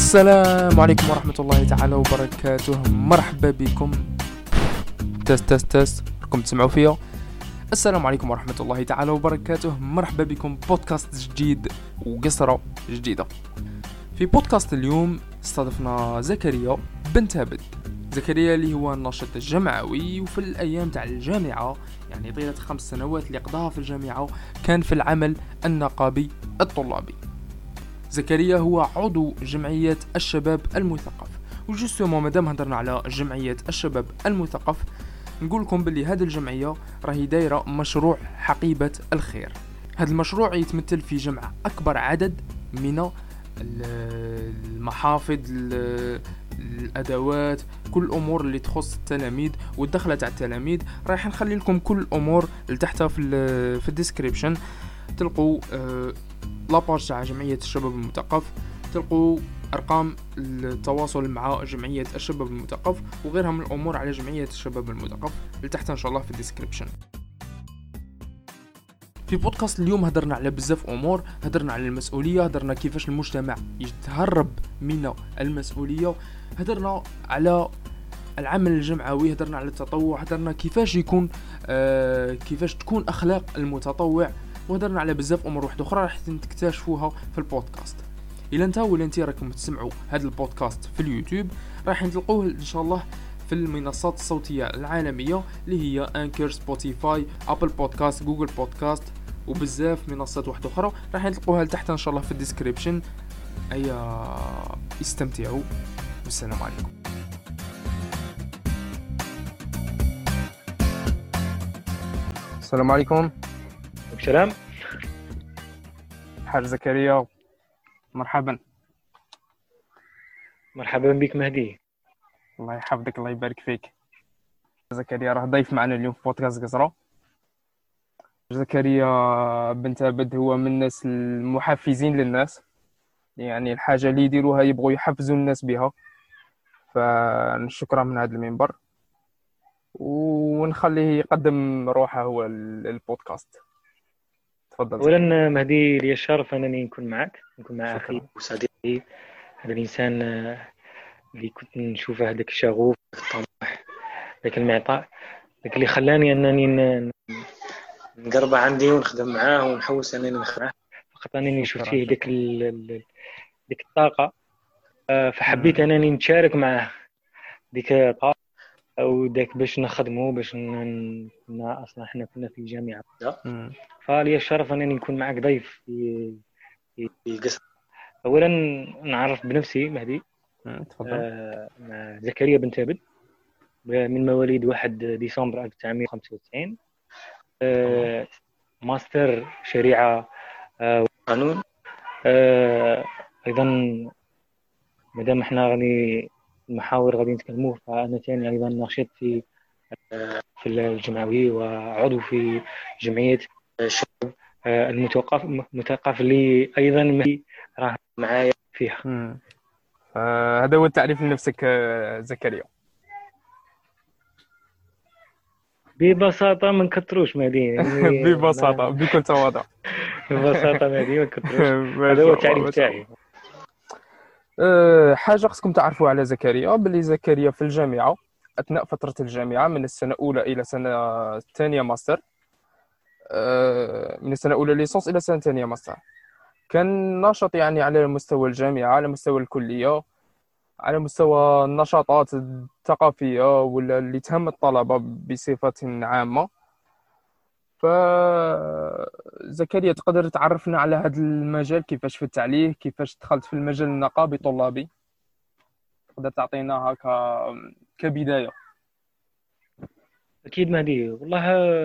السلام عليكم ورحمة الله تعالى وبركاته. مرحبا بكم. تست راكم تسمعوا فيا. السلام عليكم ورحمة الله تعالى وبركاته. مرحبا بكم بودكاست جديد وقصرة جديدة. في بودكاست اليوم استضفنا زكريا بن ثابت. زكريا اللي هو الناشط الجمعوي، وفي الأيام تاع الجامعة يعني طيلة 5 سنوات اللي قضاها في الجامعة كان في العمل النقابي الطلابي. زكريا هو عضو جمعية الشباب المثقف، وجوستومون مادام هضرنا على جمعية الشباب المثقف نقول لكم باللي هذه الجمعية راهي دايرة مشروع حقيبة الخير. هذا المشروع يتمثل في جمع أكبر عدد من المحافظ، الأدوات، كل الأمور اللي تخص التلاميذ والدخلة تاع التلاميذ. رايح نخلي لكم كل الأمور لتحتها في الديسكريبشن. تلقوا لاباج تاع جمعية الشباب المثقف، تلقوا أرقام التواصل مع جمعية الشباب المثقف وغيرها من الأمور على جمعية الشباب المثقف لتحت إن شاء الله في الديسكريبشن. في بودكاست اليوم هدرنا على بزاف أمور، هدرنا على المسؤولية، هدرنا كيفاش المجتمع يتهرب من المسؤولية، هدرنا على العمل الجمعوي، هدرنا على التطوع، هدرنا كيفاش يكون كيفاش تكون أخلاق المتطوع، وهدرنا على بزاف امور واحده اخرى راح تكتشفوها في البودكاست. الا انت ولا انت راكم تسمعوا هذا البودكاست في اليوتيوب راح تلقوه ان شاء الله في المنصات الصوتيه العالميه اللي هي انكر، سبوتيفاي، ابل بودكاست، جوجل بودكاست وبزاف منصات واحده اخرى راح تلقوها لتحت ان شاء الله في الديسكريبشن. استمتعوا والسلام عليكم. السلام عليكم. سلام. حاج زكريا، مرحبا بك مهدي. الله يحفظك، الله يبارك فيك. زكريا راه ضيف معنا اليوم في بودكاست قصرة. زكريا بن ثابت هو من الناس المحفزين للناس، يعني الحاجة اللي يديروها يبغوا يحفزوا الناس بها، فنشكره من هذا المنبر ونخليه يقدم روحه هو البودكاست. تفضل. اولا مهدي، لي الشرف انني نكون معك، نكون مع اخي وصديقي، هذا الانسان اللي كنت نشوفه، هذاك الشغوف، الطموح، ذاك المعطاء، ذاك اللي خلاني انني نقرب عندي ونخدم معاه ونحوس انني نخدم معاه، فقط انني شفت فيه ديك الطاقه، فحبيت انني نشارك معه ديك الطاقه او ذاك باش نخدمه، باش كنا اصلا احنا كنا في الجامعه، فلي الشرف انني نكون معك ضيف في القصر. اولا نعرف بنفسي مهدي. تفضل. مع زكريا بن ثابت، من مواليد 1 ديسمبر 1995، ماستر شريعه وقانون. ايضا مادام احنا غادي المحاور غادي نتكلموا، فانا ثاني ايضا ناشط في الجمعوي وعضو في جمعيه الشباب المثقف اللي ايضا راه معايا فيها. هذا هو التعريف لنفسك زكريا. ببساطه ما نكثروش مهدي، يعني ببساطه بكل تواضع. ببساطه مهدي ما نكثروش. هذا هو التعريف تاعي. حاجه خصكم تعرفوا على زكريا، باللي زكريا في الجامعه اثناء فتره الجامعه من السنه الاولى الى السنه الثانيه ماستر، من السنه الاولى ليسونس الى السنه الثانيه ماستر، كان ناشط يعني على مستوى الجامعه، على مستوى الكليه، على مستوى النشاطات الثقافيه ولا اللي تهم الطلبه بصفه عامه. فزكريا تقدر تعرفنا على هذا المجال، كيفاش فتت عليه، كيفاش دخلت في المجال النقابي طلابي؟ تقدر تعطينا هكا كبداية؟ اكيد مهدي، والله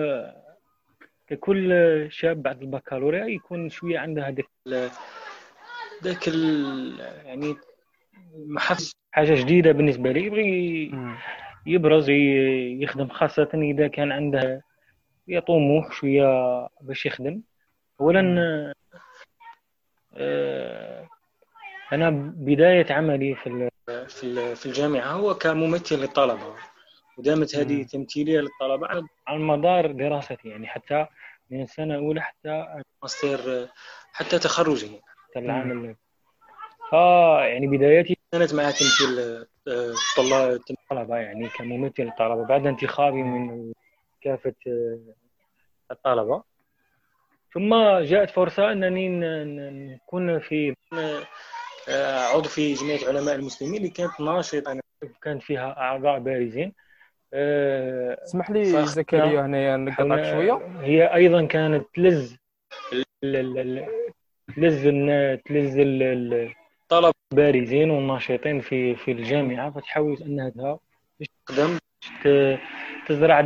ككل شاب بعد البكالوريا يكون شويه عنده ذاك يعني محفز، حاجه جديده بالنسبه لي، يبغي يبرز، يخدم، خاصه اذا كان عنده شويه طموح شويه باش يخدم. اولا انا بدايه عملي في الجامعه هو كممثل للطلبه، ودامت هذه تمثيليه للطلبه على مدار دراستي، يعني حتى من السنه الاولى حتى ماستر، حتى تخرجي، حتى العام. يعني بدايتي كانت مع تمثيل الطلبة، يعني كممثل الطلبة بعد انتخابي من كافة الطلبة. ثم جاءت فرصة أنني نكون في عضو في جمعية علماء المسلمين اللي كانت ناشطة، كانت فيها أعضاء بارزين. اسمح لي زكريا هنا نقطعك شويه. هي أيضا كانت تلز الطلبة البارزين والناشطين في الجامعة، فتحاول أنها تخدم تزرع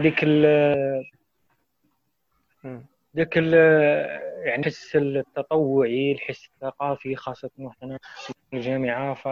ذاك يعني الحس التطوعي، الحس الثقافي، خاصة وحنا في الجامعة. ف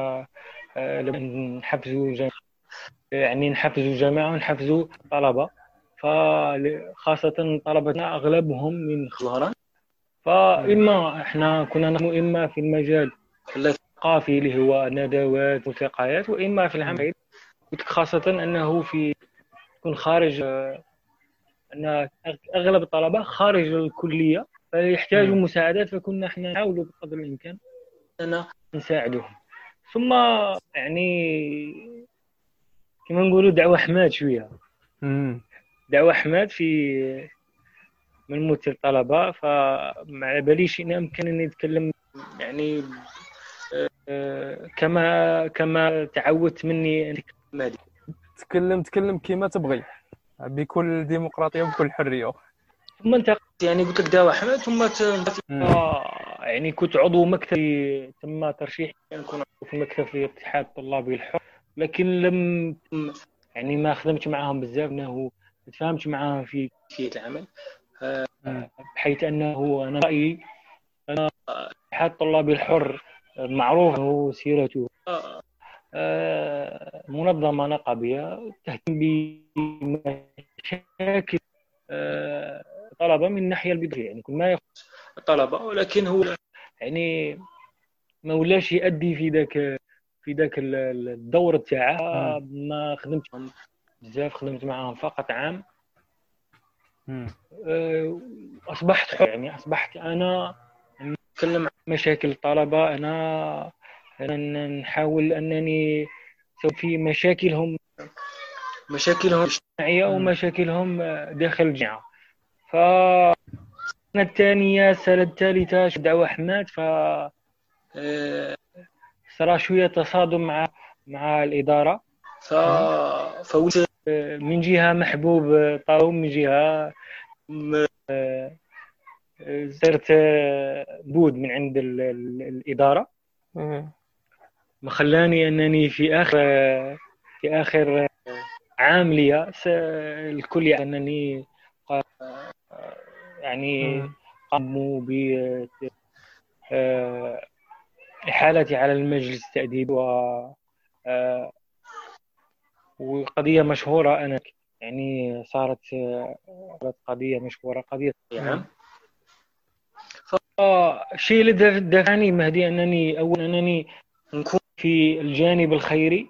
نحفزوا جامعة ونحفزوا طلبة، فخاصة طلبتنا أغلبهم من خلاران. فإما إحنا كنا نخدم إما في المجال الثقافي اللي هو ندوات وملتقيات، وإما في العمل خاصة أنه يكون خارج، أن أغلب الطلبة خارج الكلية فيحتاجوا مساعدات، فكنا احنا نحاول بقدر الإمكان أن نساعدهم. ثم يعني كما نقولوا دعوة حماد شوية، دعوة حماد من ممثل الطلبة. فما على باليش إن أمكنني نتكلم يعني كما تعودت مني تكلم كما تبغي بكل ديمقراطيه وبكل حريه. ثم انتقلت، يعني قلت لك دعوة حماد، ثم يعني كنت عضو مكتب، تم ترشيحي أن أكون عضو في مكتب في اتحاد الطلابي الحر، لكن لم يعني ما خدمت معهم بزاف، انه تفاهمت معهم في كيفية العمل، بحيث انه انا رأيي انا اتحاد الطلابي الحر معروف له سيرته منظمة نقابية تهتم بمشاكل الطلبة من الناحية البدائية، يعني ما يخص الطلبة، ولكن هو يعني ما ولاش يؤدي في ذاك الدور تاعه. ما خدمتش معهم بزاف، خدمت معهم فقط عام. اصبحت حر، يعني اصبحت انا نتكلم عن مشاكل الطلبة، انا نحاول انني في مشاكلهم الاجتماعية ومشاكلهم داخل الجامعة. فالسنة الثانية السنة الثالثة دعوة حماد، ف صار شوية تصادم مع الإدارة. فولت من جهة محبوب طاوم، من جهة صرت بود من عند الإدارة. ما خلاني أنني في آخر عام لي الكل أنني يعني قاموا بإحالتي على المجلس التأديب، وقضية مشهورة أنا يعني صارت قضية مشهورة، قضية عام. فالشيء اللي دفعني مهدي أنني نكون في الجانب الخيري.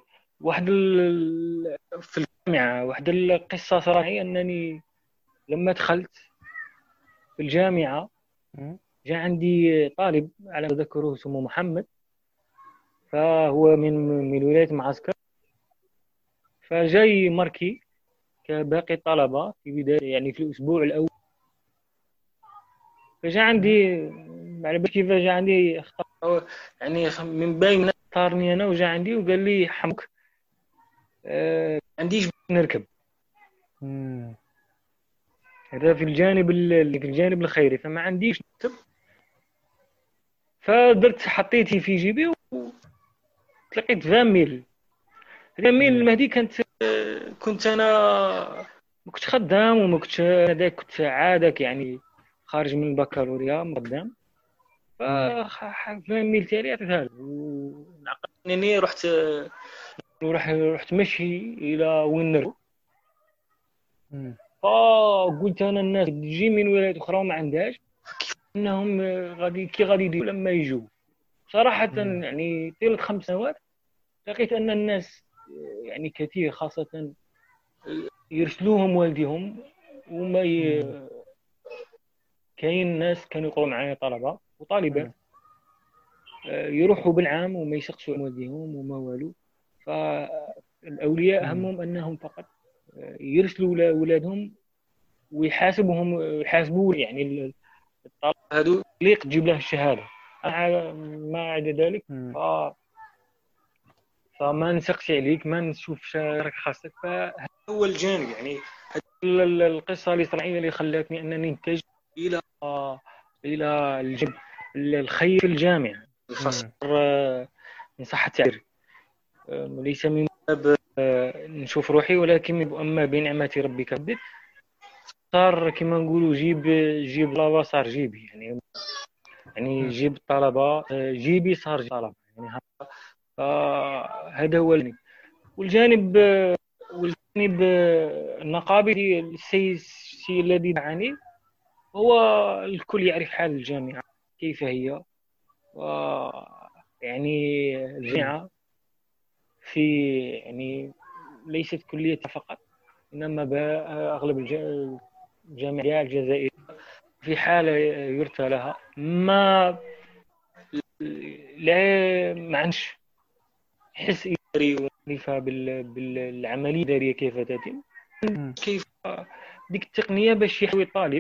في الجامعة واحد القصة صراحة، أنني لما دخلت في الجامعة جاء عندي طالب على أذكره اسمه محمد، فهو من ولاية معسكر، فجاي مركي كباقي الطلبة في بداية يعني في الأسبوع الأول. فجاء عندي على بالي كيف جاء عندي يعني من بين اختارني أنا، وجاء عندي وقال لي حمك عنديش نركب. هذا في الجانب الخيري، فما عنديش نركب. فدرت حطيتي في جيبي وتلقيت 20 ميل المهدي. كنت انا ما كنتش خدام وما كنتش هذاك، كنت عادك يعني خارج من البكالوريا مقدم. ف 20 ميل تالي عطيتها له، ونعقد انني رحت مشي الى وين نركب. فقلت انا الناس تجي من ولايات اخرى وما عندهاش، انهم غادي يديروا لما يجوا. صراحه يعني طيله 5 سنوات لقيت ان الناس يعني كثير، خاصه يرسلوهم والديهم، وما كاين ناس كانوا يقروا معايا طلبه وطالبات، يروحوا بالعام وما يسقسوا والديهم وما والو. فالأولياء همهم أنهم فقط يرسلوا أولادهم ويحاسبوا يعني الطلبة هذو يليق تجيب له الشهادة. ما عدا ذلك فما نسقسي عليك، ما نشوف راك خاصك. فهذا هو الجانب يعني القصة الإسرائيلية اللي خلتني أنني نتجه إلى الجانب الخير في الجامعة الخاص من صحة التعبير. ليس من باب نشوف روحي، ولكن أما بنعمة ربك بدت صار كما نقولوا جيب طلبة صار جيبي يعني جيب الطلبة جيبي صار طلبة يعني. هذا هو الجانب. والجانب النقابي السي الذي دعاني هو الكل يعرف حال الجامعة كيف هي. يعني الجامعة في يعني ليست كلية فقط، إنما أغلب الجامعات الجزائرية في حالة يرثى لها ما عندش حس إداري ومعرفة بالعملية الإدارية كيف تتم، كيف ديك التقنية باش يحوي الطالب.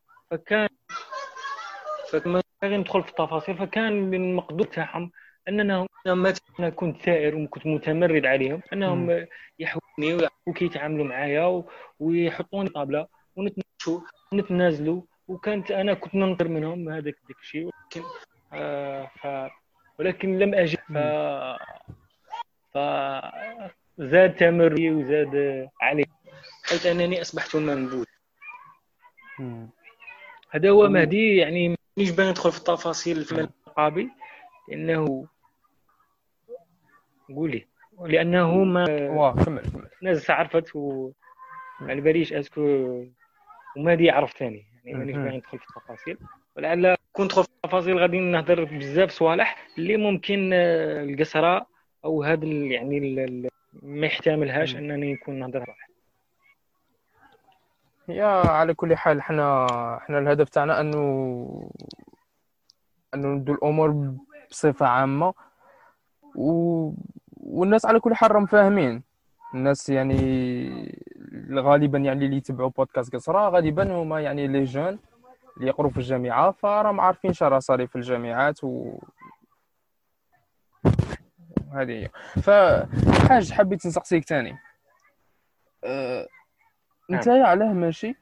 فكما ندخل في التفاصيل، فكان من المقدور تاعهم أننا مثلا كنت ثائر وكنت متمرد عليهم أنهم يحوني ويعرفوا كيف يتعاملوا معايا ويحطوني طابلة ونتناقشوا ونتنازلوا. وكنت أنا كنت ننطر منهم هذاك الشيء، ولكن لم أجد. فزاد تمردي وزاد علي حيث أنني أصبحت منبوذ. هذا هو مهدي. يعني مش بندخل في التفاصيل في النقابي لأنه قولي لأنه ما ناس عرفت على باليش أسكو ومهدي يعرف ثاني يعني مانيش باغي ندخل في التفاصيل، ولعل كون ندخل في التفاصيل غادي نهضر بزاف صوالح اللي ممكن القسرة أو هذا يعني ما يحتملهاش أنني نكون نهضر صراحة. يا على كل حال احنا الهدف تاعنا انه ندير الامور بصفه عامه والناس على كل حال راهم فاهمين. الناس يعني غالبا يعني اللي يتبعوا بودكاست قصرة غالبا هما يعني لي جون اللي يقروا في الجامعه، فراهم عارفين شرا صاري في الجامعات هذه هي. فحاج حبيت نسقسيك ثاني انت علاه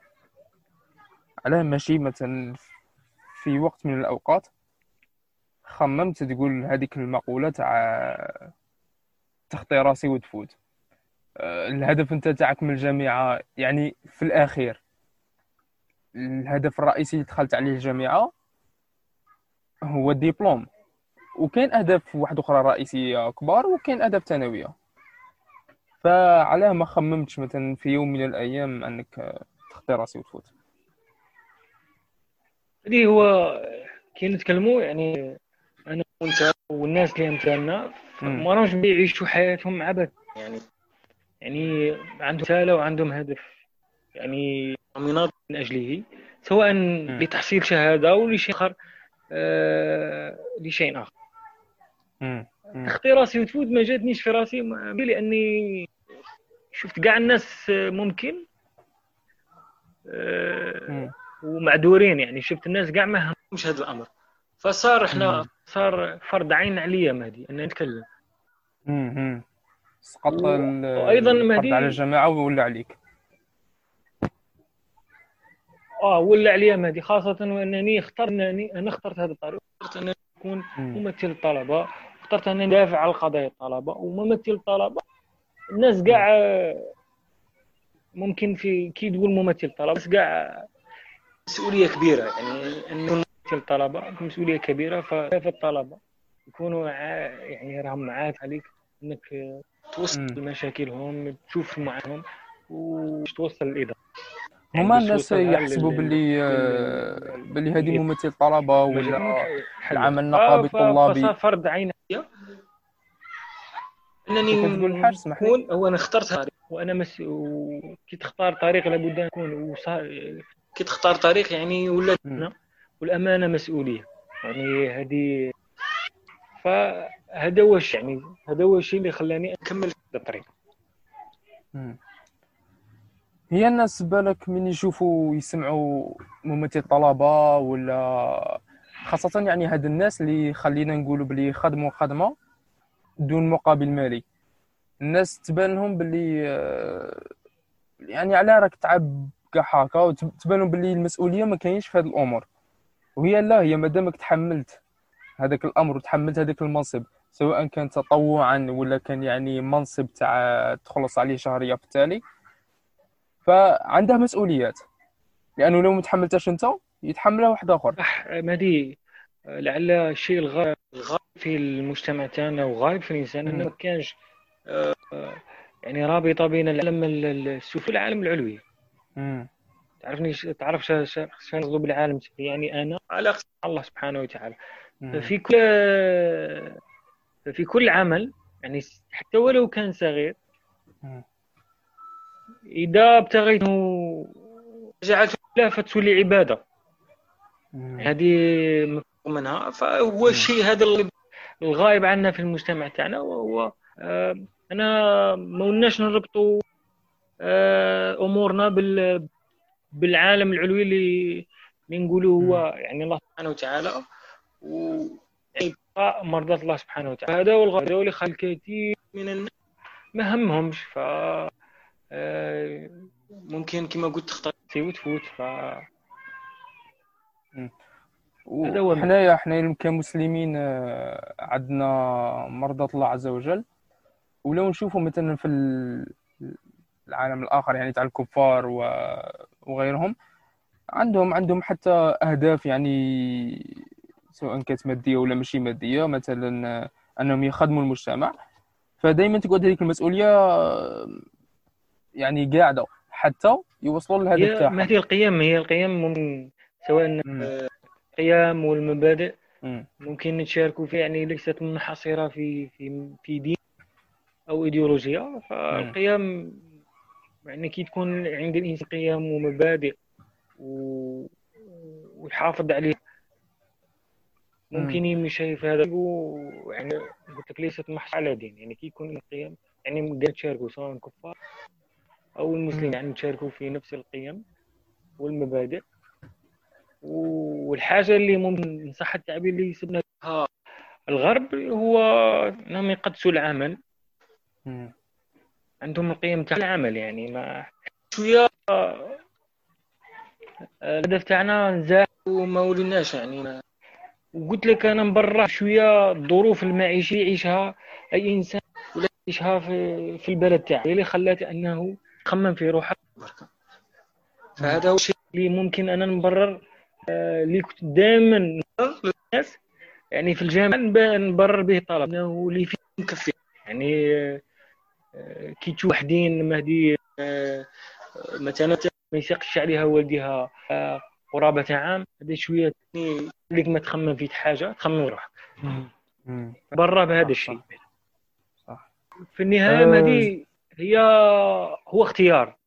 ماشي مثلا في وقت من الاوقات خممت تقول هذيك المقوله تاع تخطي راسي وتفوت؟ الهدف انت تاعك من الجامعه يعني في الاخير الهدف الرئيسي اللي دخلت عليه الجامعه هو الدبلوم، وكاين اهداف واحده اخرى رئيسيه كبار وكاين اهداف ثانويه. فعلاه ما خممتش مثلا في يوم من الايام انك تخطي راسي وتفوت؟ هذه هو كي نتكلموا يعني انا وانت والناس اللي امثالنا ما راهمش يعيشوا حياتهم عبث يعني عندهم رساله وعندهم هدف يعني مناض من اجله، سواء لتحصيل شهاده او لشيء اخر لشيء اخر. تخطي راسي وتفوت ما جاتنيش في راسي لاني شفت كاع الناس ممكن ومعذورين يعني. شفت الناس كاع ما همهمش هذا الامر، فصار صار فرض عين عليا مهدي ان نتكلم. سقط ايضا مهدي على الجماعه ولا عليك؟ ولا عليا مهدي، خاصه وانني انا اخترت هذا الطريق، اخترت ان اكون ممثل الطلبه، اخترت ان ندافع على قضايا الطلبه وممثل الطلبه. الناس كاع ممكن في كي تقول ممثل الطلبه بس كاع مسؤوليه كبيره يعني انه ممثل الطلبه مسؤوليه كبيره. فالطلبه يكونوا يعني راهم معاك عليك انك توصل مشاكلهم، تشوف معاهم وتوصل الاداره. هما الناس يحسبوا باللي هذه ممثل طلبه ولا العمل النقابي الطلابي. فصار فرض عين عليا انني تقول الحاج سمحني هو انا اخترت طريق وانا كي تختار طريق لابد ان يكون كي تختار طريق يعني ولا والامانه مسؤوليه يعني. هذه فهذا هو الشيء، يعني هذا هو الشيء اللي خلاني اكمل في الطريق. هي الناس بالك من يشوفوا يسمعوا ممثل طلبة ولا خاصة يعني هاد الناس اللي خلينا نقولوا بلي خدموا خدمة دون مقابل مالي، الناس تبان لهم بلي يعني على راك تعب كاع هكا، وتبان لهم بلي المسؤولية ما كاينش في هاد الأمور. وهي لا، هي مادامك تحملت هذاك الأمر وتحملت هذاك المنصب، سواء كان تطوعا ولا كان يعني منصب تاع تخلص عليه شهرية في التالي، فعنده مسؤوليات، لانه لو ما تحملتهاش انت يتحملها واحد اخر. صح مهدي. لعل الشيء الغائب في المجتمع تاعنا وغايب في الانسان انه ما كانش يعني رابطه بين العالم السفلي والعالم العلوي. تعرف شنو نقصد بالعالم السفلي؟ يعني انا علاقتي مع الله سبحانه وتعالى. ففي كل عمل، يعني حتى ولو كان صغير، اذا ابتغيته جعلته لا فتولي عباده. هذه مفهوم منها. فهو الشيء هذا الغائب عنا في المجتمع تاعنا، وهو انا ما ولناش نربطوا امورنا بالعالم العلوي اللي نقولوا هو يعني الله سبحانه وتعالى، و يعني مرضات الله سبحانه وتعالى. هذا هو الغائب، هذا اللي خلى الكثير من الناس ما همهمش. ف ممكن كما قلت تخطئ وتفوت. ف وحنايا كمسلمين عندنا مرضات الله عز وجل، ولو نشوفوا مثلا في العالم الاخر يعني تاع الكفار وغيرهم، عندهم حتى اهداف، يعني سواء كانت ماديه ولا ماشي ماديه، مثلا انهم يخدموا المجتمع. فدائما تقعد هذيك المسؤوليه يعني قاعده حتى يوصلوا للهدف تاعهم. ما هي القيم؟ هي القيم ممكن سواء القيم والمبادئ ممكن نتشاركوا فيها، يعني ليست منحصره في دين او ايديولوجيا. فالقيم يعني كي تكون عند الانسان قيم ومبادئ ويحافظ عليه، ممكن يمشي في هذا. يعني قلت لك ليست محصورة على دين، يعني كي يكون القيم يعني نقدر نتشاركوا سواء الكفار او المسلمين، يعني نتشاركوا في نفس القيم والمبادئ. والحاجه اللي ممكن صح التعبير اللي يسبنا الغرب هو انهم يقدسوا العمل. عندهم القيم تاع العمل، يعني ما شويه الهدف تاعنا نزاح وما وليناش يعني وقلت لك انا مبرر شويه الظروف المعيشيه يعيشها اي انسان ولا يعيشها في البلد تاعه، اللي خلات انه يخمم في روحه بركه. فهذا هو الشيء اللي ممكن انا نبرر اللي كنت دائما للناس يعني في الجامعه نبرر به الطلب انه اللي فيه مكفي. يعني كي تشوف وحدين مهدي مثلا ما يسقش عليها والديها قرابه عام، هذا شويه اللي ما تخمم في حاجه تخمم روحك برا بهذا الشيء. صح. في النهايه مهدي هو اختيار.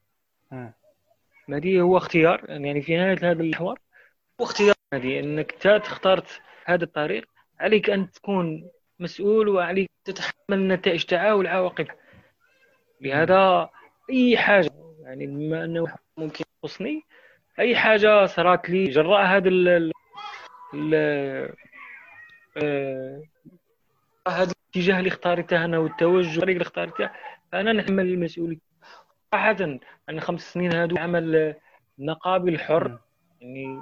مهدي هو اختيار، يعني في نهايه هذا الحوار هو اختيار مهدي انك اخترت هذا الطريق. عليك ان تكون مسؤول وعليك تتحمل النتائج تاعه والعواقب. لهذا اي حاجه يعني بما انه ممكن يخصني، اي حاجه صارت لي جراء هذا هذا الاتجاه اللي اختارته انا والتوجه الطريق اللي اختارته، فانا نحمل المسؤوليه صراحه. انا 5 سنين هادو عمل نقابي الحر، يعني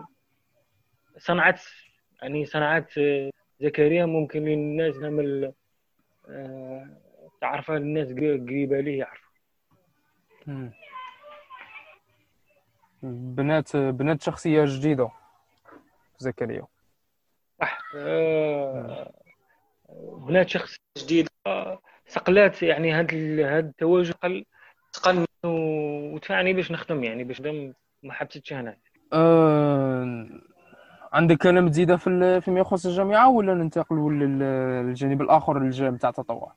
صنعت زكريا ممكن للناس نعمل تعرفها الناس قريبه ليه يعرفوا. بنات شخصيه جديده زكريا. صح. بنات شخصيه جديده سقلات، يعني هذا التوجه ثقل ودفعني باش نخدم، يعني باش نخدم ما حبستش هنا. عندك كلام تزيده فيما يخص الجامعه، ولا ننتقلوا للجانب الاخر للجانب تاع التطوع؟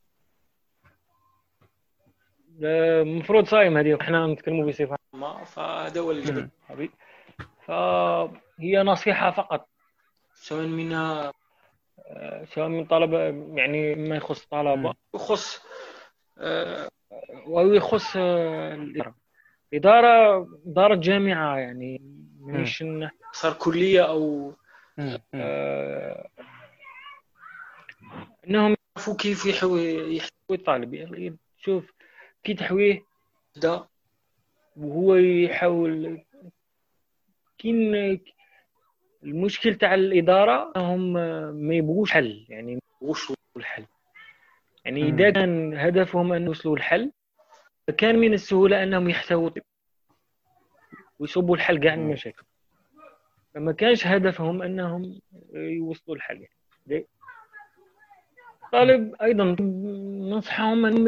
المفروض صايم هذه احنا نتكلموا بصفه عامه، فهذا هو الجانب فهي نصيحه فقط سواء من سواء من طلبة، يعني ما يخص طلبة يخص ويخص الإدارة. إدارة جامعة، يعني مانيش صار كلية أو أنهم يعرفوا كيف يحتوي الطالب. يعني شوف كي تحويه ده وهو يحاول. كاين المشكل تاع الإدارة هم ما يبغوش حل، يعني ما يبغوش الحل. يعني إذا كان هدفهم أن يوصلوا الحل، فكان من السهولة أنهم يحتووا ويصبوا الحل كاع المشاكل. فما كانش هدفهم أنهم يوصلوا الحل. يعني طالب أيضا ننصحهم أنهم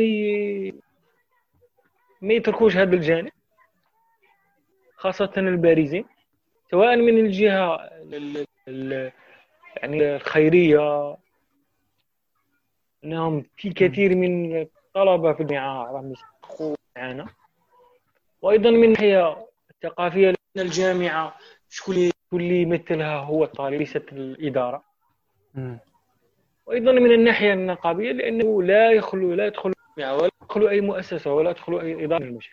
ما يتركوش هذا الجانب، خاصة البارزين، سواء من الجهة يعني الخيرية، أنهم في كثير من الطلبة في الجامعة راهم يسقوا معنا، وأيضا من الناحية الثقافية، لأن الجامعة شكون اللي يمثلها هو الطالب ليست الإدارة. وأيضا من الناحية النقابية، لأنه لا يدخل الجامعة ولا يدخل أي مؤسسة ولا يدخل أي إدارة من المشاكل.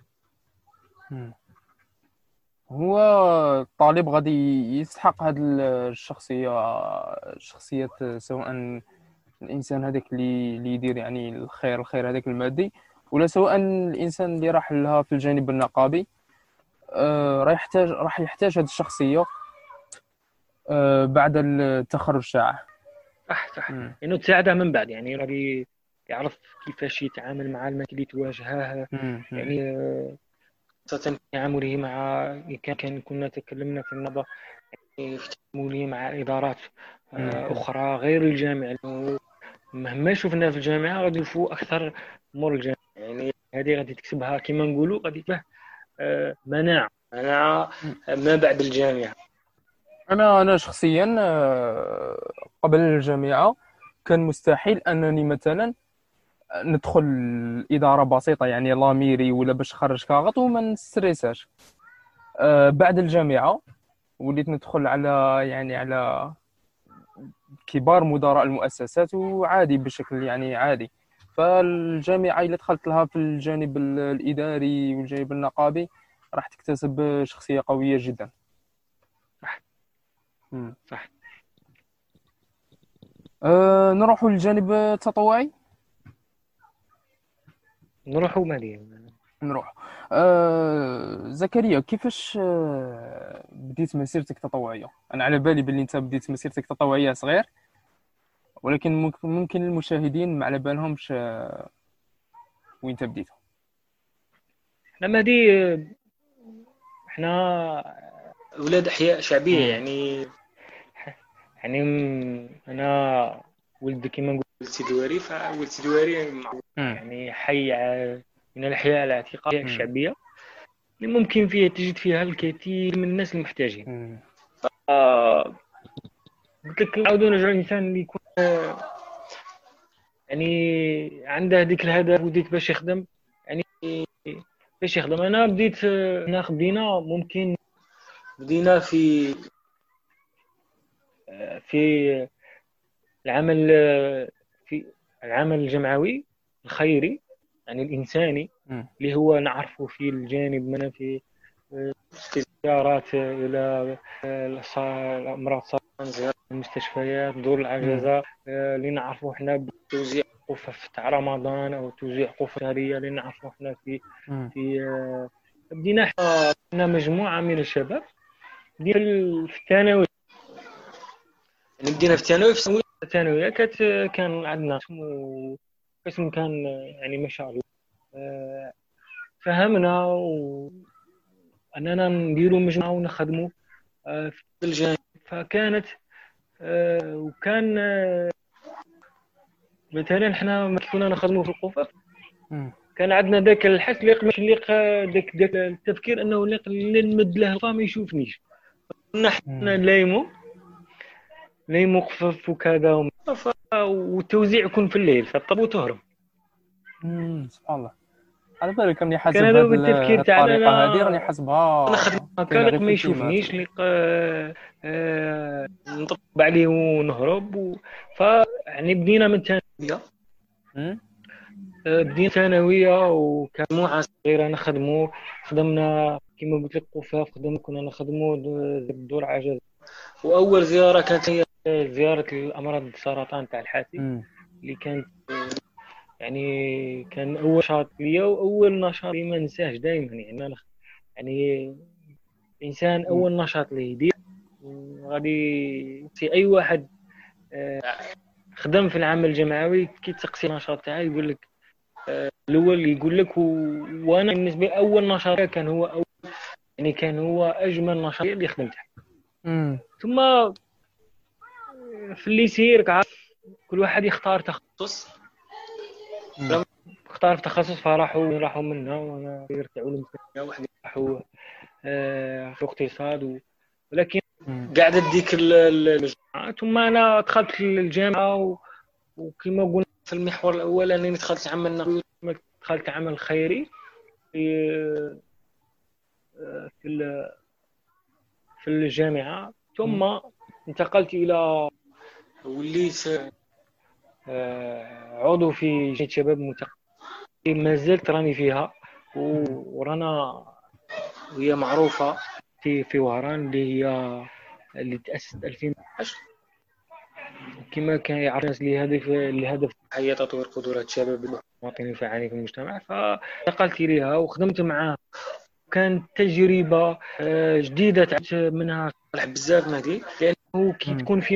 هو الطالب غادي يستحق هذه الشخصية، سواء الانسان هذاك اللي يدير يعني الخير هذاك المادي، ولا سواء الانسان اللي راح لها في الجانب النقابي. راح يحتاج هذه الشخصية بعد التخرج تاعه. صح انه تساعده من بعد، يعني راهي يعرف كيفاش يتعامل مع المشاكل اللي تواجهها. يعني خاصة في تعامله مع كنا تكلمنا في النظر، يعني في تعامله مع إدارات أخرى غير الجامعة. مهما شفنا في الجامعة غادي نشوفوا أكثر أمور الجامعة، يعني هذه غادي تكسبها كما نقولوا، غادي تكسبها مناعة ما بعد الجامعة. أنا شخصيا قبل الجامعة كان مستحيل أنني مثلا ندخل إدارة بسيطة، يعني لاميري ولا باش نخرج كاغط وما نستريساش. بعد الجامعة وليت ندخل على كبار مدراء المؤسسات، وعادي بشكل يعني عادي. فالجامعة إذا دخلت لها في الجانب الإداري والجانب النقابي راح تكتسب شخصية قوية جدا. صح. نروح للجانب التطوعي. نروحوا مالي نروح. زكريا، كيفاش بديت مسيرتك التطوعية؟ أنا على بالي باللي أنت بديت مسيرتك التطوعية صغير، ولكن ممكن المشاهدين ما على بالهمش وين أنت بديت. احنا أولاد أحياء شعبية. يعني أنا ولد كما نقول سيدي واري، فولد سيدي واري يعني حي من الأحياء العتيقة الشعبية اللي ممكن تجد فيها الكثير من الناس المحتاجين. قلت لك نعاودوا نرجع الإنسان اللي يكون يعني عنده ديك الهدف وديك باش يخدم. يعني باش يخدم أنا بديت بدينا في العمل الجمعوي الخيري، يعني الإنساني، اللي هو نعرفه في الجانب من في زيارات إلى الأمراض، زيارات المستشفيات، دور العجزة، اللي نعرفه احنا بتوزيع قفف تاع رمضان أو توزيع قفف شهرية، اللي نعرفه احنا في بدينا احنا مجموعة من الشباب في الثانوي. يعني بدينا في الثانوي، في الثانوية كان عندنا قسم كان يعني ما شاء الله فهمنا وأننا نديروا مجموعة ونخدموا في الجانب. فكانت وكان مثلا احنا كنا نخدموا في القفف، كان عندنا ذاك الحس ليق ذاك التفكير انه نمد له ما يشوفنيش. كنا حنا لايمو قفف وكذا، والتوزيع يكون في الليل فالطابو تهرب. سبحان الله. على بالك راني حاسب كان هذا هو التفكير هاد تاعنا. الطريقه هذه راني حاسبها انا خدمة هكا كاينه غير لق في ما الفيلمات. يشوفنيش لق نطبق عليه ونهرب يعني بدينا من ثانوية. أمم. بدينا ثانوية وكان مجموعة صغيرة نخدمو. خدمنا كما قلت لك قفاف، كنا نخدمو دور عجز. وأول زيارة كانت هي زيارة الأمراض السرطان تاع الحاسي، أمم. اللي كانت يعني كان أول نشاط ليا وأول نشاط ما ننساهش دائما. يعني أنا يعني إنسان أول نشاط ليه يدير غادي في أي واحد خدم في العمل الجمعوي كي تسقسي النشاط تاعه يقول لك الاول يقول لك وانا بالنسبه لي اول نشاط كان هو يعني كان هو اجمل نشاط اللي خدمته. أمم. ثم في اللي يصير كعارف كل واحد يختار تخصص. لما اختار تخصص فراحوا منا، وانا درت علوم سياسيه، واحد راحوا في اقتصاد ولكن قاعده ديك المجموعه. ثم انا دخلت الجامعه وكما قلنا في المحور الاول انني دخلت عمل نقدي، دخلت عمل خيري في في الجامعه. ثم انتقلت الى وليت عضو في جمعيه شباب المثقفين. ما زلت راني فيها ورانا وهي معروفه في وهران، اللي تاسست 2011 كما كان يعرف الناس لهدف تحقيق تطوير قدرات الشباب المواطنين الفعالين في المجتمع. فانتقلت إليها وخدمت معها. كانت تجربة جديدة، تعبت منها صالح بزاف مهدي، لأنه كي تكون في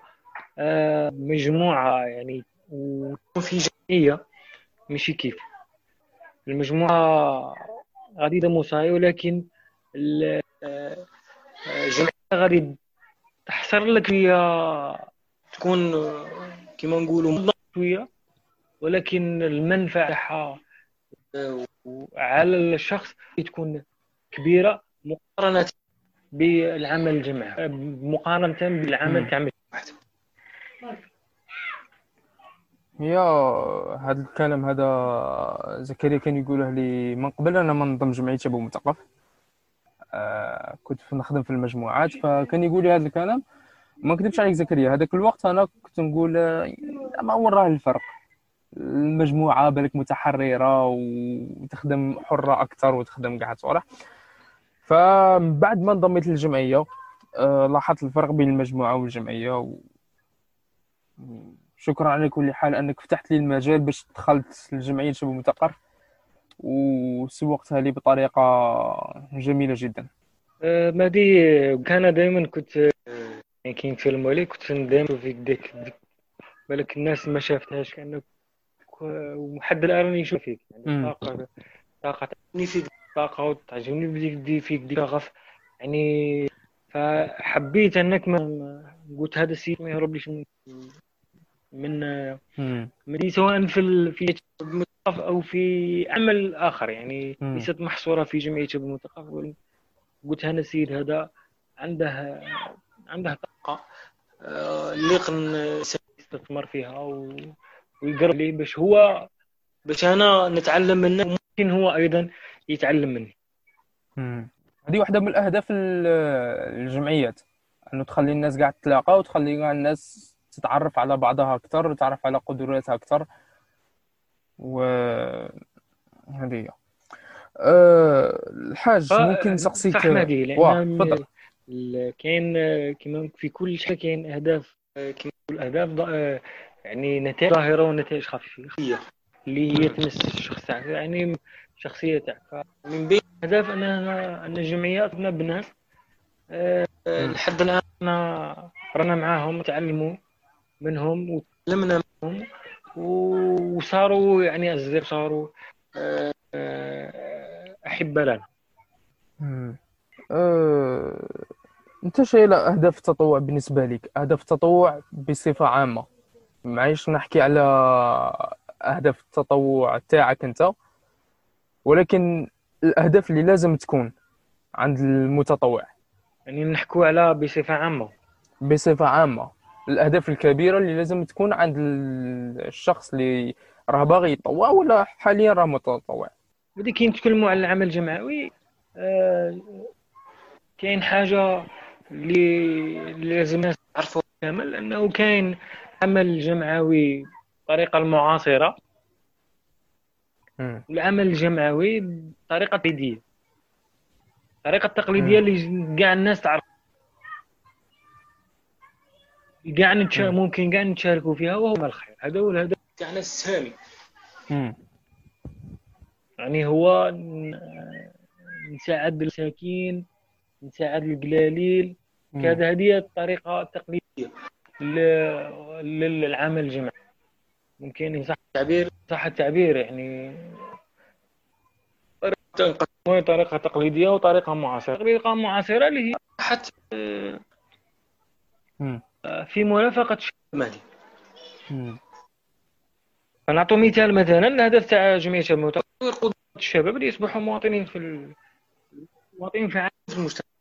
مجموعة يعني وتكون في جمعية ماشي كيف المجموعة غادي مصاي، ولكن الجمعية غادي تحصر لك هي تكون كما نقولوا شويه، ولكن المنفعه على الشخص تكون كبيره مقارنه بالعمل الجماعي، مقارنه بالعمل تاع واحد. يا هذا الكلام هذا زكريا كان يقوله لي من قبل. انا منظم جمعيه شباب مثقف، كنت نخدم في المجموعات، فكان يقول لي هذا الكلام. ما كذبش عليك زكريا، هذاك الوقت انا كنت نقول ما وين راه الفرق؟ المجموعه بالك متحرره وتخدم حره اكثر وتخدم قاعد صالح. فبعد ما انضميت للجمعيه لاحظت الفرق بين المجموعه والجمعيه شكرا على كل حال انك فتحت لي المجال باش دخلت لجمعيه شباب مثقف وسوقتها لي بطريقه جميله جدا. مهدي كان دائما كنت يعني كاين فيلم ولي كنت دائما فيك ديك بالك الناس ما شافتهاش كانك وحد الان راني نشوف فيك يعني طاقه تعجبني فيك، طاقه وتعجبني بديك فيك ديك شغف يعني. فحبيت انك ما قلت هذا السيد ما يهربليش من سواء في المثقف او في عمل اخر يعني ليست محصوره في جمعيه شباب المثقف. قلت هذا السيد هذا عنده طاقه اللي يستثمر فيها ويقرب لي باش انا نتعلم منه وممكن هو ايضا يتعلم مني. هذه واحده من الاهداف الجمعيات، انه تخلي الناس قاعد تتلاقى وتخلي قاعد الناس تتعرف على بعضها اكثر وتعرف على قدراتها اكثر. وهذه هي الحاج ممكن نسقسيك صح مهدي، لان كاين كما في كل شيء كاين اهداف، كما الاهداف يعني نتائج ظاهره ونتائج خفيه اللي هي تمس الشخص تاعك يعني الشخصيه تاعك. من بين الاهداف ان الجمعيات بنات لحد الان رانا معاهم نتعلموا منهم وتعلمنا منهم وصاروا يعني أصدقاء، صاروا أحبة لنا. انت شايل اهداف التطوع بالنسبه لك؟ اهداف التطوع بصفه عامه، معيش نحكي على اهداف التطوع تاعك انت، ولكن الاهداف اللي لازم تكون عند المتطوع. يعني نحكوا على بصفه عامه الاهداف الكبيره اللي لازم تكون عند الشخص اللي راه باغي يتطوع ولا حاليا راه متطوع. بدي كي نتكلموا على العمل الجماعي كاين حاجه اللي لازم الناس تعرفوها كامل، انه كاين عمل جمعوي بالطريقه المعاصره والعمل الجمعوي بطريقه تقليديه. الطريقه التقليديه اللي كاع الناس تعرف، كاع ممكن كاع نتشاركوا فيها، وهو الخير. هذا هو الهدف تاعنا السامي. يعني هو نساعد المساكين، نساعد القلاليل. كذا هذه الطريقه التقليديه للعمل الجماعي. ممكن صح التعبير يعني طريقه تقليديه وطريقه معاصره. طريقه معاصره اللي هي حتى في مرافقه الشباب المهدي. فنعطوا مثال، مثلا الهدف تاع جمعيه المتطوعين قدوة الشباب اللي يصبحوا مواطنين مواطنين فعالين في المجتمع.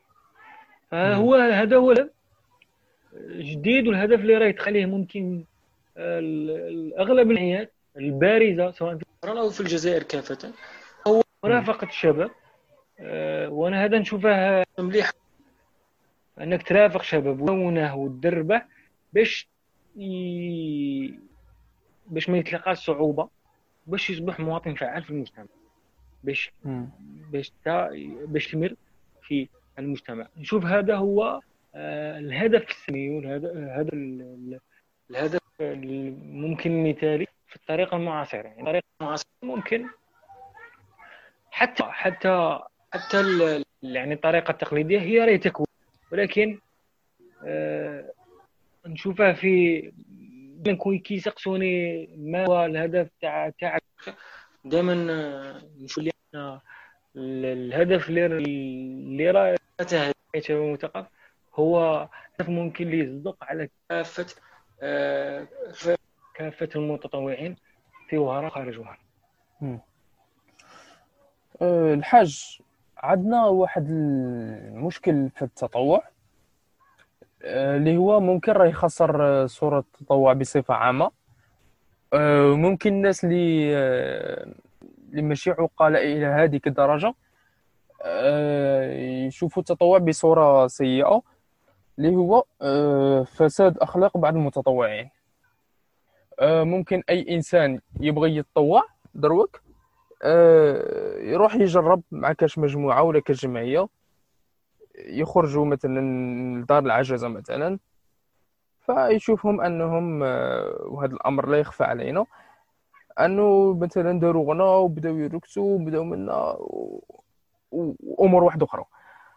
هذا هو جديد، والهدف اللي راه يتخليه ممكن اغلب الجمعيات البارزه سواء في مصر او في الجزائر كافه هو مرافقه الشباب. وانا هذا نشوفه مليح، انك ترافق شباب ونه وتدربه باش ما يتلقاش صعوبه، باش يصبح مواطن فعال في المجتمع، باش يمر في المجتمع. نشوف هذا هو الهدف السامي، وهذا الهدف ممكن مثالي في الطريقه المعاصره. يعني الطريقه المعاصره ممكن حتى يعني الطريقه التقليديه هي راهي تكون، ولكن نشوفها في كي كيسقسوني ما هو الهدف تاعك، دائما نشوف لي الهدف اللي راه المثقف هو هدف ممكن اللي يصدق على كافة المتطوعين في وهران خارج وهران. الحاج، عندنا واحد المشكل في التطوع اللي هو ممكن راه يخسر صورة التطوع بصفة عامة. ممكن الناس اللي ماشي عقلاء إلى هذه الدرجة يشوفوا التطوع بصورة سيئة، اللي هو فساد أخلاق بعض المتطوعين. ممكن أي إنسان يبغي يتطوع دروك يروح يجرب مع كاش مجموعة ولا كاش جمعية، يخرجوا مثلا لدار العجزة مثلا، فيشوفهم أنهم وهذا الأمر لا يخفى علينا أنه مثلا داروا غنا وبداو يركسوا وبداو منا وأمور واحدة أخرى.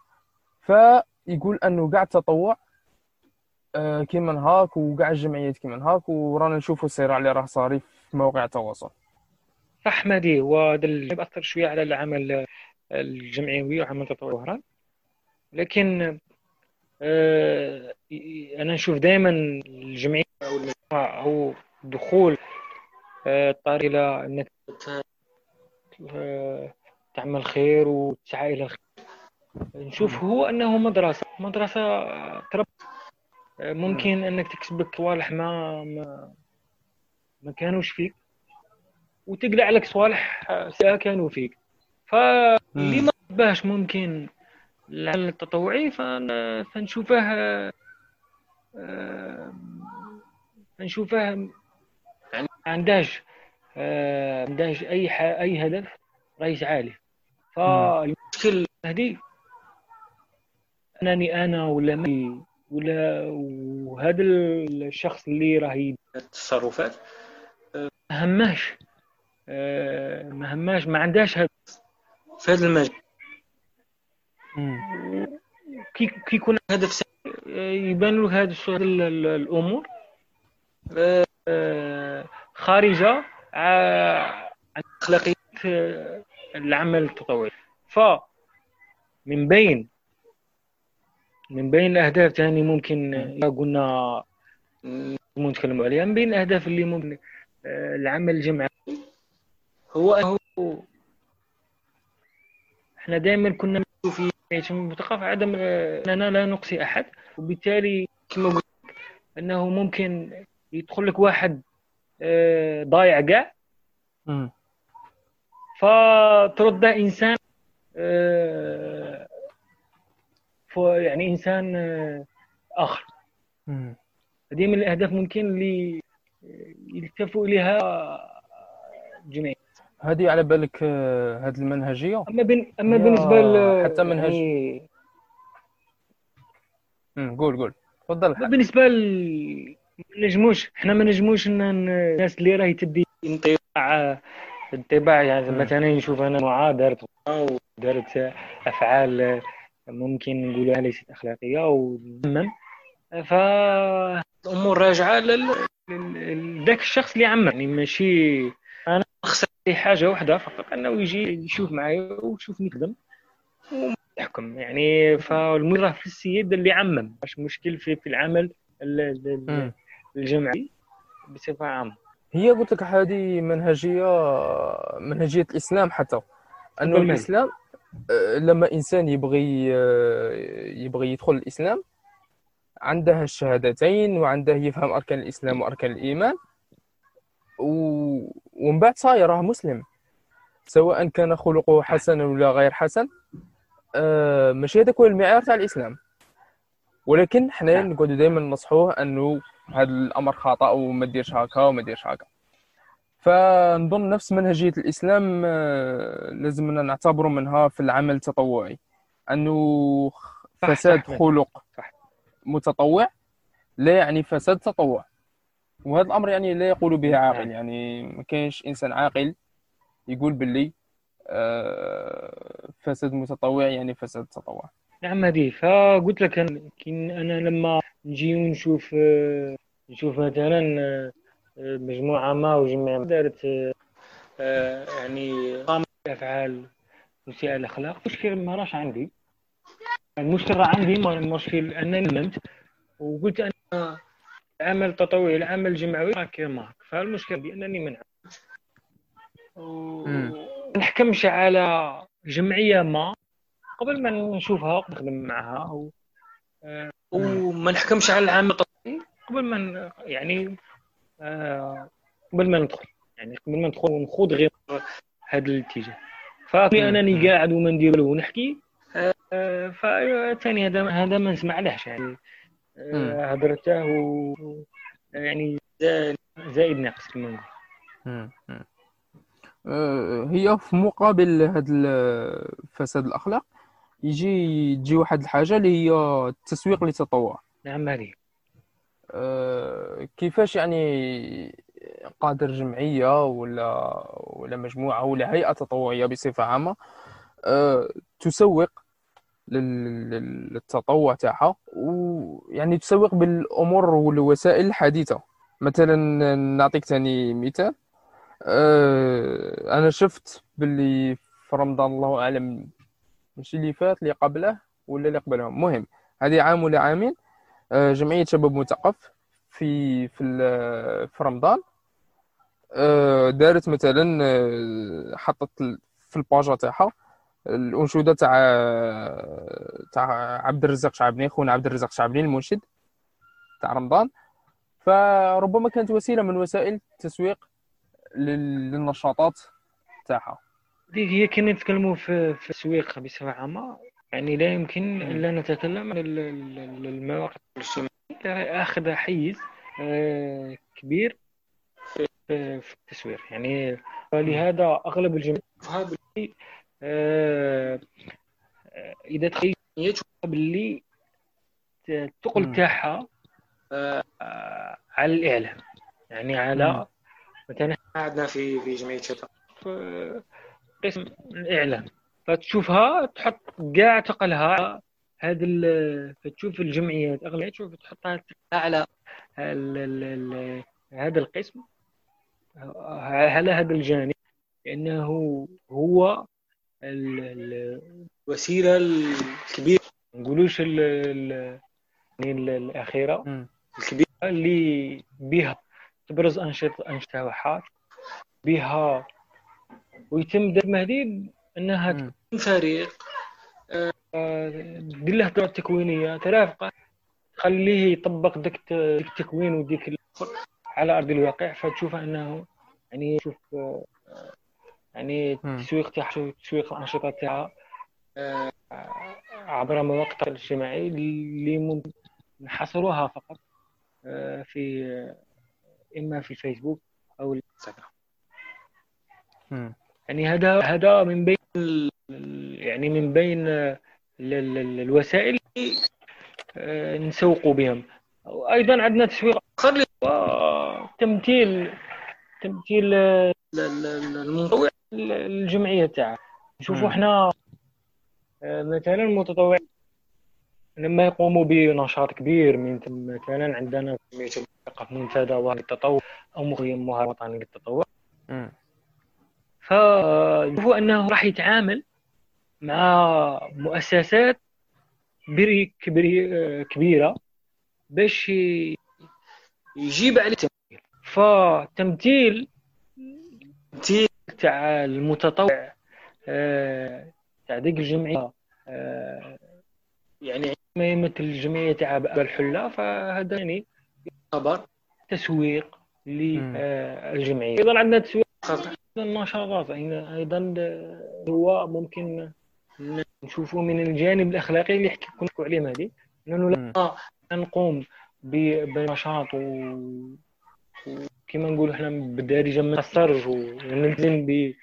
فيقول أنه قاع التطوع كيما هاك، وقاع الجمعيات كيما هاك، ورانا نشوفوا الصراع اللي راه صاري في مواقع التواصل. صح مادي، وهذا اللي يأثر شوية على العمل الجمعوي وعمل التطوع وهران. لكن أنا نشوف دائما الجمعية أو المجموعة أو دخول الطريق إلى أنك تعمل خير وتسعى إلى الخير، نشوف هو أنه مدرسة تربى. ممكن أنك تكسبك صوالح ما كانوش فيك، وتقلع لك صوالح كانوا فيك. فاللي ما باش ممكن العمل التطوعي فنشوفه يعني عنداش اي هدف راه يسعى له. فالمشكل هذه انني انا ولا مي وهذا الشخص اللي راه يدير التصرفات ما هماش ما عندهاش هدف في هذا المجال. كي يكون هدف يبان له هذه الامور خارجه عن اخلاقيات العمل التطوعي. من بين الاهداف ثاني ممكن قلنا نتكلموا عليها، من بين الاهداف اللي ممكن العمل الجمعي هو احنا دائما كنا في المثقف عدم اننا لا نقصي احد، وبالتالي كما قلت انه ممكن يدخل لك واحد ضايع كاع فترد إنسان يعني إنسان آخر. هذه من الأهداف ممكن اللي يلتفوا إليها الجميع. هذه على بالك هذه المنهجية؟ أما بالنسبة حتى منهج يعني قول تفضل. بالنسبة ما نجموش الناس اللي راهي تدي انطباع يعني مثلا نشوف أنا مجموعة دارت أفعال ممكن نقولها ليست أخلاقية فالأمور راجعة لذاك الشخص اللي عمم. يعني ماشي أنا خسر حاجة واحدة فقط أنه يجي يشوف معايا ويشوف نخدم ويحكم. يعني فالمرة في السيد اللي عمم، مش مشكل في العمل الجمعي بصفة عامة. هي قلت لك هذه منهجية الإسلام، حتى أنه الإسلام لما إنسان يبغي يدخل الإسلام عنده الشهادتين وعنده يفهم أركان الإسلام وأركان الإيمان ومن بعد صاير مسلم، سواء كان خلقه حسن ولا غير حسن. ماشي هذاك هو المعيار تاع الإسلام، ولكن حنا نقعدوا دائما ننصحوه أنه هذا الأمر خطأ وما ديرش هكا وما ديرش هكا. فنظن نفس منهجية الإسلام لازمنا نعتبر منها في العمل التطوعي، أنه فساد خلق متطوع لا يعني فساد تطوع. وهذا الأمر يعني لا يقول به عاقل، يعني ما كاينش إنسان عاقل يقول باللي فساد متطوع يعني فساد تطوع. نعم هذه. فقلت لك أنا لما نجي ونشوف مثلا مجموعة ما وجماعة دارت يعني قامت بأفعال مسيئة الأخلاق، مشكل ما راش عندي. المشكلة عندي مشكل أنني نمت وقلت أنا العمل التطوعي العمل الجمعوي كما. فالمشكلة بأنني منع نحكمش على جمعية ما قبل ما نشوفها نخدم معها وما نحكمش على العمل التطوعي قبل ما يعني قبل ما ندخل ونخوض غير هذا الاتجاه. فأني أنني قاعد وما ندير له ونحكي فثاني هذا ما نسمع لهش يعني هدرته يعني زائد ناقص كما نقول. هي في مقابل هذا فساد الأخلاق تجي واحد الحاجة اللي هي التسويق للتطوع. نعم هذه. كيفاش يعني قادر جمعية ولا مجموعة ولا هيئة تطوعية بصفة عامة تسوق للتطوع تاعها، ويعني تسوق بالأمور والوسائل الحديثة. مثلا نعطيك ثاني مثال، أنا شفت باللي في رمضان الله أعلم ماشي اللي فات اللي قبله ولا اللي قبله، مهم هذه عام ولا عامين، جمعية شباب مثقف في رمضان دارت مثلا حطت في الباجا تاعها الأنشودة تاع عبد الرزاق شعبني، خونا عبد الرزاق شعبني المنشد تاع رمضان. فربما كانت وسيلة من وسائل التسويق للنشاطات تاعها. هي كنا نتكلموا في التسويق بصفة عامة، يعني لا يمكن إلا نتكلم عن المواقع الاجتماعية أخذ حيز كبير في التسويق. يعني لهذا أغلب الجمعيات إذا تخيل باللي تقل تاعها على الإعلام، يعني على مثلا عندنا في جمعية شباب قسم الإعلام، فتشوفها تحط قاع تقلها فتشوف الجمعيات أغلبها تشوف تحطها على هذا القسم على هذا الجانب، لأنه هو الوسيلة الكبيرة نقولوش الأخيرة الكبيرة اللي بها تبرز أنشطة وحات بها ويتم مهدي أنها تكون فريق دير له دور تكوينية ترافقه تخليه يطبق ديك التكوين وديك على أرض الواقع، فتشوف أنه يعني شوف يعني مم. تسويق الأنشطة تاعها آه، عبر مواقع التواصل الاجتماعي اللي ممكن نحصروها فقط في إما في الفيسبوك أو الانستغرام. مم. يعني هذا من بين يعني من بين الوسائل اللي نسوق بهم. أيضا عندنا تسويق آخر اللي هو تمثيل المتطوع الجمعية تاعه. نشوفوا مم. احنا مثلا المتطوع لما يقوموا بنشاط كبير من مثلا عندنا جمعية المثقف منتدى وطني للتطوع أو مهرة وطني للتطوع، مم. فشوفوا أنه راح يتعامل مع مؤسسات كبيرة باش يجيب عليه تمثيل. فتمثيل تاع المتطوع تاع ديك الجمعية يعني عندما يمثل الجمعية تاع باب الحلة، فهذا يعني يعتبر تسويق مم. للجمعية. أيضا عندنا تسويق النشاطات، أيضا هو ممكن نشوفه من الجانب الأخلاقي اللي كنت عليه هذه، لأنه مم. لما نقوم بنشاط وكما نقول احنا بالدارجة ما نخسرش ونلتزم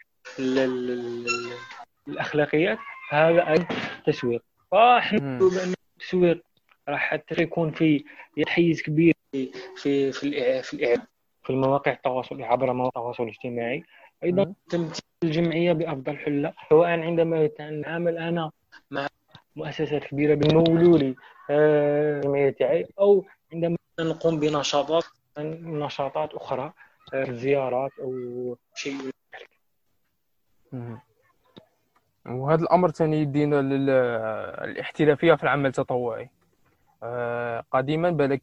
بالأخلاقيات، فهذا أيضا تسويق. فاحنا مم. نقول بأن التسويق راح حتى يكون في حيز كبير في الإعلام، في المواقع التواصل عبر مواقع التواصل الاجتماعي. أيضا مم. تمثيل الجمعية بأفضل حلة، سواء عندما نتعامل أنا مع مؤسسات كبيرة بيمولوا لي الجمعية تاعي، أو عندما نقوم نشاطات أخرى زيارات أو شيء. مم. وهذا الأمر ثاني يدينا للاحترافية في العمل التطوعي. قديما بالك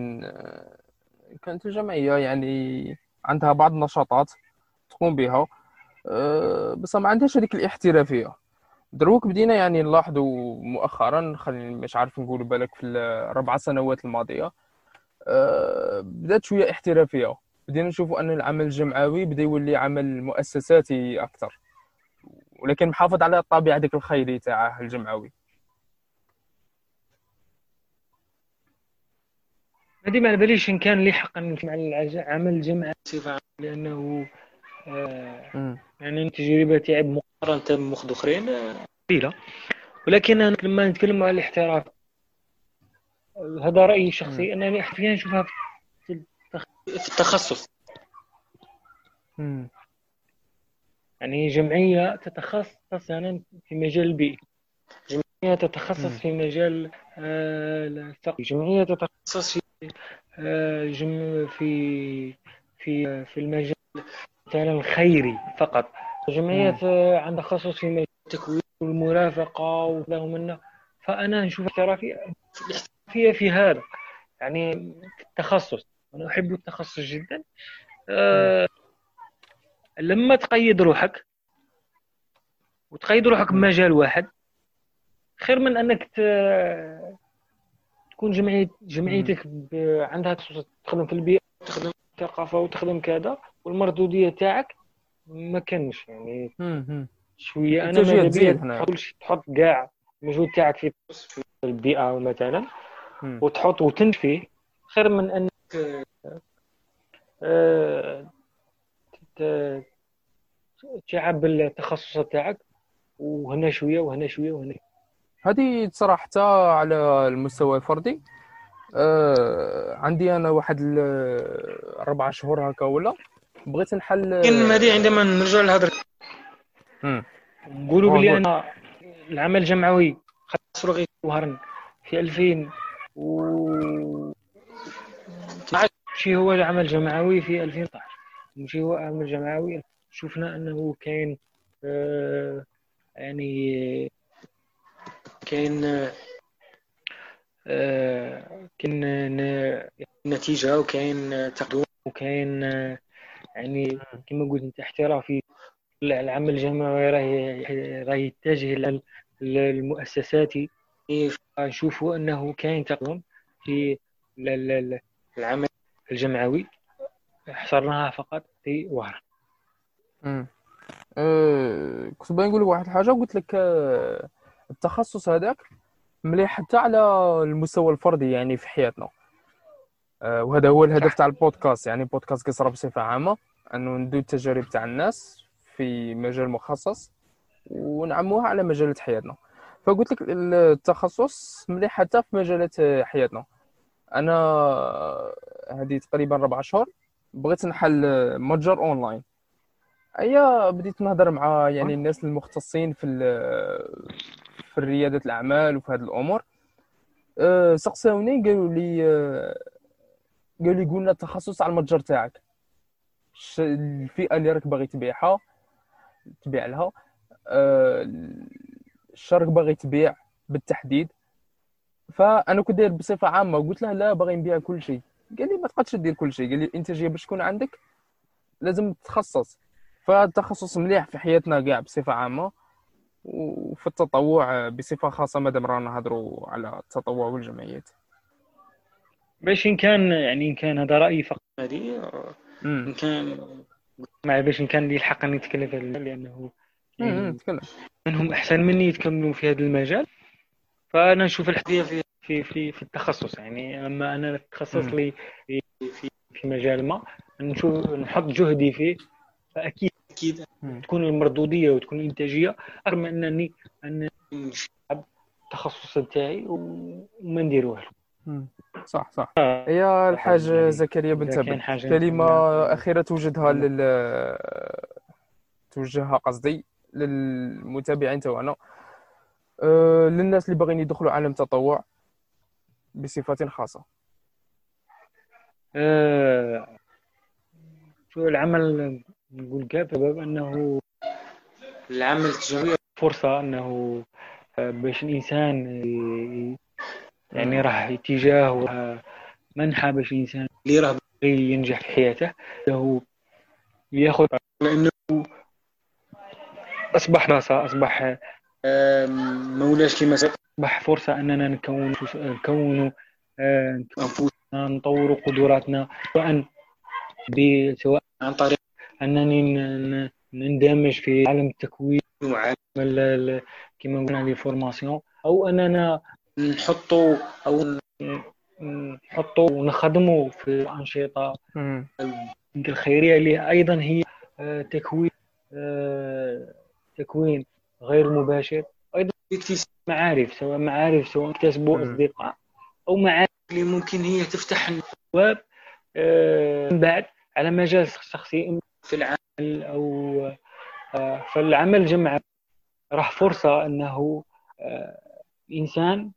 كانت الجمعية يعني عندها بعض النشاطات تقوم بها، بس ما عندهاش هذيك الاحترافية. دروك بدينا يعني نلاحظوا مؤخرا، خلينا مش عارف نقول بالك في ال4 سنوات الماضية، بدات شوية احترافية. بدينا نشوفوا أن العمل الجمعوي بدا يولي عمل مؤسساتي أكثر، ولكن محافظ على الطابع ديك الخيري تاعه الجمعوي. هذه ما باليش إن كان لي حقا مع العمل الجماعي بصفة عامة، لأنه آه، مم. يعني التجربة تاعي مقارنة بمخ أخرين قليلة. ولكن أنا لما نتكلم عن الاحتراف، هذا رأيي مم. الشخصي، أنني أحيانا نشوفها في التخصص. مم. يعني جمعية تتخصص مثلا في مجال البيئي، جمعية تتخصص مم. في مجال الثقافي، جمعية تتخصص في في المجال مثلا الخيري فقط، جمعية مم. عندها تخصص في مجال التكوين والمرافقة وكذا ومنه. فأنا نشوف الاحترافية في هذا، يعني في التخصص. أنا أحب التخصص جدا. مم. أه لما تقيد روحك وتقيد روحك مم. بمجال واحد، خير من أنك تكون مم. جمعيتك عندها تخصص، تخدم في البيئة وتخدم في الثقافة وتخدم كذا، والمردودية تاعك ما كانش يعني مم. شوية. أنا تجي ماذا بيا تزيد هنا. تحط كاع المجهود تاعك في البيئة مثلا، مم. وتحط وتنفيه، خير من أنك آه، ت- تعب التخصص تاعك وهنا شوية وهنا شوية وهنا. هذه تصراحة حتى على المستوى الفردي. عندي أنا واحد 4 شهور هكا ولا بغيت نحل. لكن هذه عندما نرجع لهذا مم. نقولوا بلي قول. أنا العمل الجمعوي خاص رغي وهرن في 2000 و ماشي هو العمل الجمعوي في 2012، ماشي هو العمل الجمعوي. شفنا أنه كان يعني كاين كاين نتيجة، وكاين تقدم، وكاين يعني كما قلت انت احترافي. العمل الجماعي راه يتجه للمؤسسات، نشوفوا انه كاين تقدم في العمل الجمعوي. حصرناها فقط في وهران. مم. كنت باغي نقول لك واحد الحاجه، قلت لك التخصص هذاك مليح حتى على المستوى الفردي يعني في حياتنا. وهذا هو الهدف صح. تاع البودكاست، يعني بودكاست قصرة بصفه عامه، انه ندو التجارب تاع الناس في مجال مخصص ونعموها على مجالات حياتنا. فقلت لك التخصص مليح حتى في مجالات حياتنا. انا هذه تقريبا 4 شهور بغيت نحل متجر اونلاين. بديت نهضر مع يعني الناس المختصين في ريادة الأعمال وفي هذه الأمور. سقساوني قالوا لي قلنا التخصص على المتجر تاعك، الفئة اللي راك باغي تبيع لها، أه، الشرك باغي تبيع بالتحديد. فأنا كنت داير بصفة عامة، قلت له لا باغي نبيع كل شيء. قال لي ما تقدرش دير كل شيء، قال لي الإنتاجية باش تكون عندك لازم تتخصص. فالتخصص مليح في حياتنا كاع بصفة عامة، وفي التطوع بصفة خاصة مادام رانا نهضروا على التطوع والجمعيات. باش إن كان يعني إن كان هذا رأيي فقط، هذه امم إن كان مع باش إن كان لي الحق أن نتكلم في هذا المجال، لأنه يعني تكلم. منهم أحسن مني يتكلموا في هذا المجال. فأنا نشوف الحرية في التخصص. يعني لما أنا أتخصص امم لي في مجال ما، نحط جهدي فيه، فأكيد امم تكون المردودية وتكون الإنتاجية أكثر من أن نلعب التخصص تاعي وما نديروه. أمم. صح صح. هي الحاج يعني زكريا بن إذا كان ثابت، حاجة كلمة نتمنى أخيرة توجدها نعمل. توجهها قصدي للمتابعين تاعنا، للناس اللي باغيين يدخلوا عالم التطوع بصفة خاصة. شو العمل، نقول كيف بسبب أنه العمل التجاري فرصة أنه باش الإنسان يعني امم راح اتجاه منحى باش الإنسان اللي راه باغي ينجح في حياته له ياخذ، لأنه أصبح راسا أصبح مولاش كما أصبح فرصة أننا نكون أنفسنا، نطور قدراتنا، سواء عن طريق أنني نندمج في عالم التكوين وعالم كما قلنا لي فورماسيون، أو أننا نحطوا أو نحطوا ونخدموا في أنشطة امم الخيرية اللي أيضا هي تكوين تكوين غير مباشر، أيضا اكتساب معارف، سواء اكتسبوا امم أصدقاء أو معارف اللي ممكن هي تفتح الأبواب من بعد على مجال شخصي في العمل أو فالعمل الجماعي راح فرصة أنه إنسان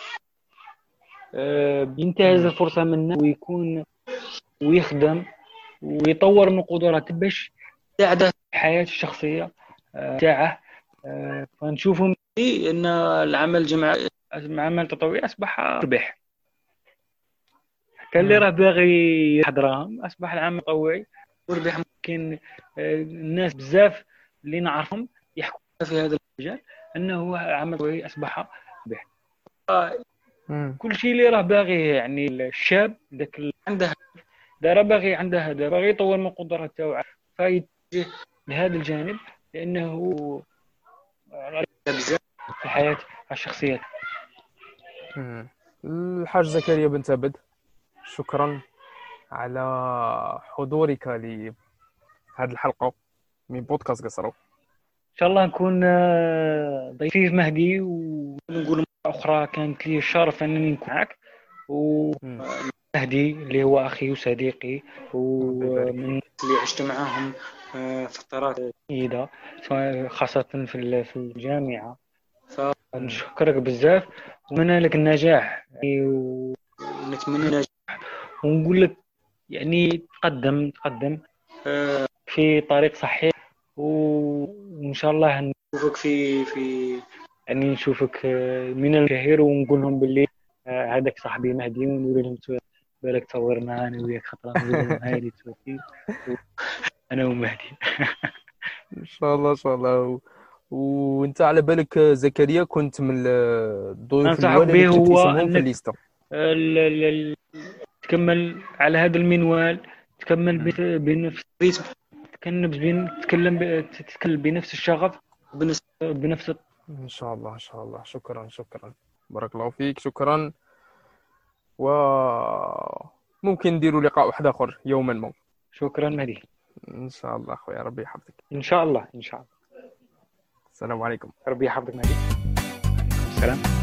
بينتهز امم الفرصة منه ويكون ويخدم ويطور من قدراته باش يساعده في الحياة الشخصية تاعه. فنشوفهم أن العمل الجماعي، العمل التطوعي أصبح ربح. حتى اللي راه باغي يحضرهم أصبح العمل التطوعي مربح. ممكن الناس بزاف اللي نعرفهم يحكوا في هذا المجال أنه عمل التطوعي أصبح ربح. امم كل شيء اللي راه باغي يعني الشاب ذاك اللي عنده راه باغي عنده هذا، باغي يطور من قدراته فيتجه لهذا الجانب، لأنه غالبا بزاف في الحياة الشخصية. امم الحاج زكريا بن ثابت، شكرا على حضورك لهذه الحلقة من بودكاست قصرو. إن شاء الله نكون ضيفي مهدي، ونقول مرة أخرى كانت لي الشرف أنني نكون معك، مم. ومهدي اللي هو أخي وصديقي ربي يبارك ومن فيك. اللي عشت معهم فترات جيدة، خاصة في الجامعة. مم. فنشكرك بزاف ونتمنى لك النجاح، يعني ونتمنى نجاح، ونقول لك يعني تقدم في طريق صحيح، وإن شاء الله نشوفك يعني نشوفك من المشاهير، ونقول لهم باللي هذاك صاحبي مهدي، ونقول لهم بالك تصورنا انا وياك خطره، نقول لهم هاي توفيق انا ومهدي. ان شاء الله ان شاء الله. وانت على بالك زكريا كنت من الضيوف انصحك الاولى اللي به كتبت هو اسمهم في انك الليسته. ال- ال- ال- تكمل على هذا المنوال، تكمل مم. بنفس الريتم، كنبز تتكلم بنفس الشغف بنفس ان شاء الله ان شاء الله. شكرا بارك الله فيك. شكرا، وممكن نديروا لقاء واحد اخر يوما ما. شكرا مهدي. ان شاء الله اخويا، ربي يحفظك. ان شاء الله السلام عليكم. ربي يحفظك مهدي. السلام.